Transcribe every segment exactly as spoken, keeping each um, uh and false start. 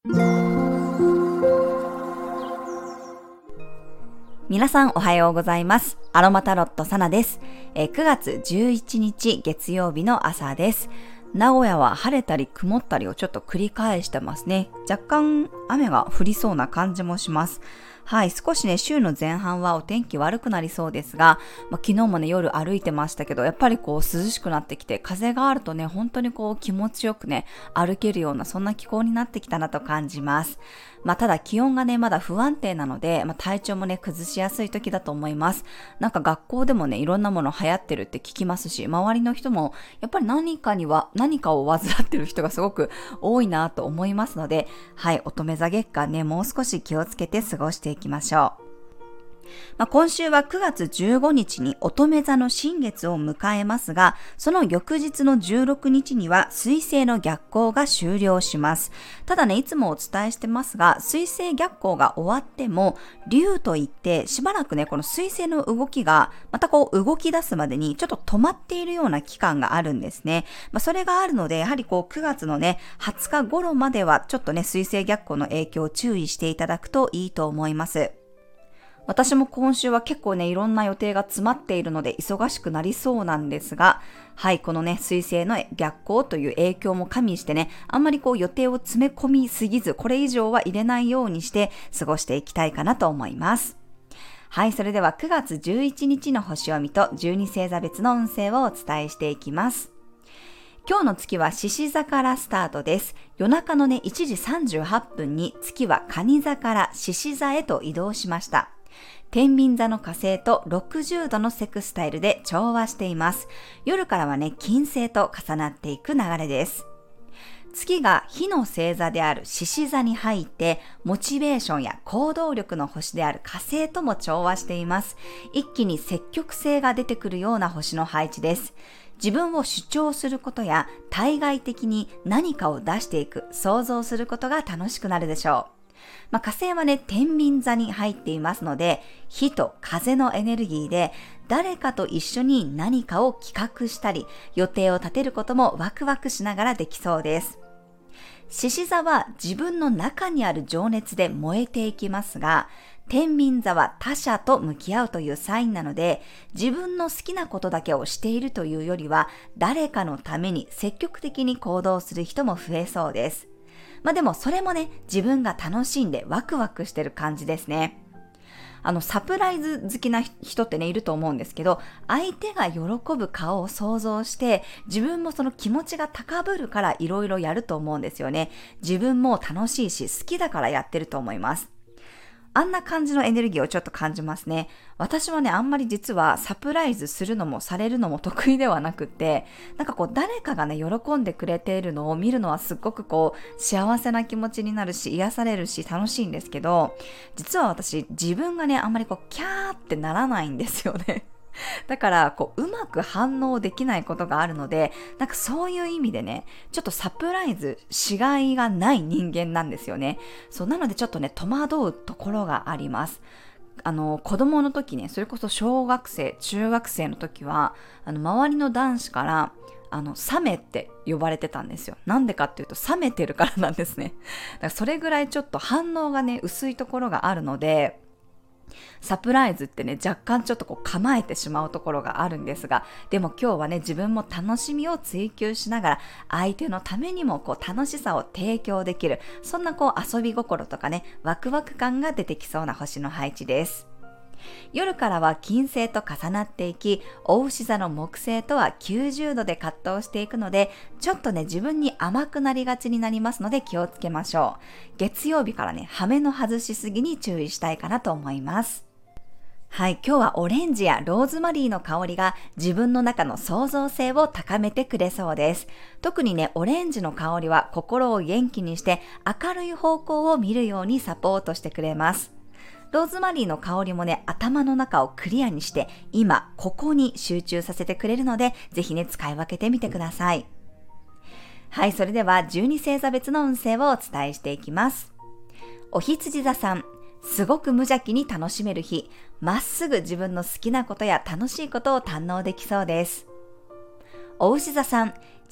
皆さんおはようございます。アロマタロットサナです。えくがつじゅういちにち月曜日の朝です。名古屋は晴れたり曇ったりをちょっと繰り返してますね。若干雨が降りそうな感じもします。はい、少しね、週の前半はお天気悪くなりそうですが、まあ、昨日もね、夜歩いてましたけど、やっぱりこう涼しくなってきて、風があるとね、本当にこう気持ちよくね、歩けるようなそんな気候になってきたなと感じます。まあ、ただ気温がね、まだ不安定なので、まあ、体調もね、崩しやすい時だと思います。なんか学校でもね、いろんなもの流行ってるって聞きますし、周りの人もやっぱり何かには、何かを患ってる人がすごく多いなと思いますので、はい、乙女座月間ね、もう少し気をつけて過ごしていきましょう。まあ、今週はくがつじゅうごにちに乙女座の新月を迎えますが、その翌日のじゅうろくにちには水星の逆行が終了します。ただね、いつもお伝えしてますが、水星逆行が終わっても、竜といってしばらくね、この水星の動きがまたこう動き出すまでにちょっと止まっているような期間があるんですね。まあ、それがあるので、やはりこうくがつのね、はつか頃まではちょっとね、水星逆行の影響を注意していただくといいと思います。私も今週は結構ね、いろんな予定が詰まっているので忙しくなりそうなんですが、はい、このね、水星の逆行という影響も加味してね、あんまりこう予定を詰め込みすぎず、これ以上は入れないようにして過ごしていきたいかなと思います。はい、それではくがつじゅういちにちの星読みとじゅうに星座別の運勢をお伝えしていきます。今日の月は獅子座からスタートです。夜中のね、いちじさんじゅうはっぷんに月は蟹座から獅子座へと移動しました。天秤座の火星とろくじゅうどのセクスタイルで調和しています。夜からはね、金星と重なっていく流れです。月が火の星座である獅子座に入って、モチベーションや行動力の星である火星とも調和しています。一気に積極性が出てくるような星の配置です。自分を主張することや対外的に何かを出していく、想像することが楽しくなるでしょう。まあ、火星はね、天秤座に入っていますので、火と風のエネルギーで誰かと一緒に何かを企画したり、予定を立てることもワクワクしながらできそうです。獅子座は自分の中にある情熱で燃えていきますが、天秤座は他者と向き合うというサインなので、自分の好きなことだけをしているというよりは、誰かのために積極的に行動する人も増えそうです。まあでもそれもね、自分が楽しんでワクワクしてる感じですね。あの、サプライズ好きな人ってね、いると思うんですけど、相手が喜ぶ顔を想像して、自分もその気持ちが高ぶるからいろいろやると思うんですよね。自分も楽しいし、好きだからやってると思います。あんな感じのエネルギーをちょっと感じますね。私はね、あんまり実はサプライズするのもされるのも得意ではなくって、なんかこう誰かがね、喜んでくれているのを見るのはすっごくこう幸せな気持ちになるし、癒されるし楽しいんですけど、実は私自分がね、あんまりこうキャーってならないんですよね。だからこううまく反応できないことがあるので、なんかそういう意味でね、ちょっとサプライズしがいがない人間なんですよね。そうなのでちょっとね、戸惑うところがあります。あの子供の時ね、それこそ小学生中学生の時は、あの周りの男子からあのサメって呼ばれてたんですよ。なんでかっていうと、冷めてるからなんですね。だからそれぐらいちょっと反応がね、薄いところがあるので、サプライズってね、若干ちょっとこう構えてしまうところがあるんですが、でも今日はね、自分も楽しみを追求しながら、相手のためにもこう楽しさを提供できる、そんなこう遊び心とかね、ワクワク感が出てきそうな星の配置です。夜からは金星と重なっていき、牡牛座の木星とはきゅうじゅうどで葛藤していくので、ちょっとね、自分に甘くなりがちになりますので気をつけましょう。月曜日からね、羽目の外しすぎに注意したいかなと思います。はい、今日はオレンジやローズマリーの香りが自分の中の創造性を高めてくれそうです。特にね、オレンジの香りは心を元気にして明るい方向を見るようにサポートしてくれます。ローズマリーの香りもね、頭の中をクリアにして、今、ここに集中させてくれるので、ぜひね、使い分けてみてください。はい、それではじゅうに星座別の運勢をお伝えしていきます。お羊座さん、すごく無邪気に楽しめる日、まっすぐ自分の好きなことや楽しいことを堪能できそうです。お牛座さん、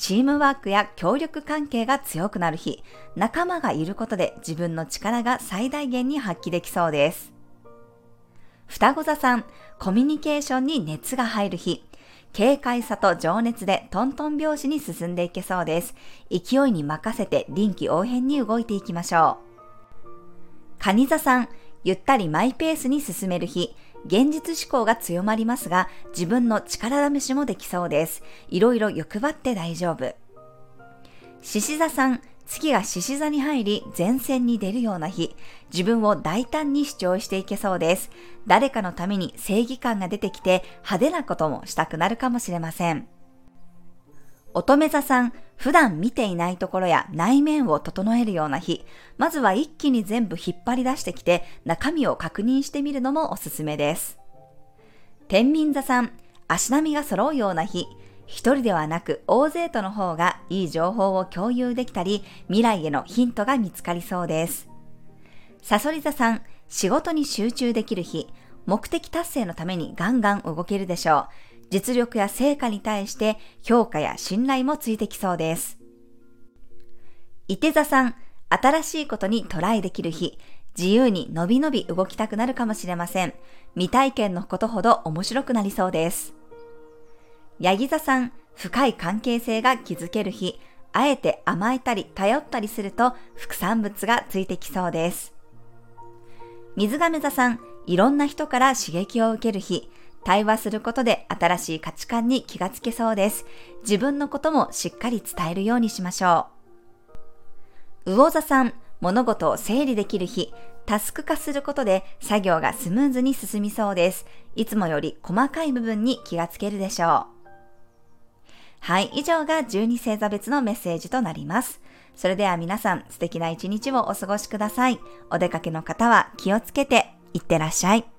チームワークや協力関係が強くなる日、仲間がいることで自分の力が最大限に発揮できそうです。双子座さん、コミュニケーションに熱が入る日、軽快さと情熱でトントン拍子に進んでいけそうです。勢いに任せて臨機応変に動いていきましょう。蟹座さん、ゆったりマイペースに進める日、現実志向が強まりますが、自分の力試しもできそうです。いろいろ欲張って大丈夫。獅子座さん、月が獅子座に入り前線に出るような日、自分を大胆に主張していけそうです。誰かのために正義感が出てきて派手なこともしたくなるかもしれません。乙女座さん、普段見ていないところや内面を整えるような日、まずは一気に全部引っ張り出してきて中身を確認してみるのもおすすめです。天秤座さん、足並みが揃うような日、一人ではなく大勢との方がいい情報を共有できたり、未来へのヒントが見つかりそうです。蠍座さん、仕事に集中できる日、目的達成のためにガンガン動けるでしょう。実力や成果に対して評価や信頼もついてきそうです。射手座さん、新しいことにトライできる日、自由にのびのび動きたくなるかもしれません。未体験のことほど面白くなりそうです。ヤギ座さん、深い関係性が築ける日、あえて甘えたり頼ったりすると副産物がついてきそうです。水亀座さん、いろんな人から刺激を受ける日、対話することで新しい価値観に気がつけそうです。自分のこともしっかり伝えるようにしましょう。魚座さん、物事を整理できる日、タスク化することで作業がスムーズに進みそうです。いつもより細かい部分に気がつけるでしょう。はい、以上がじゅうに星座別のメッセージとなります。それでは皆さん、素敵な一日をお過ごしください。お出かけの方は気をつけていってらっしゃい。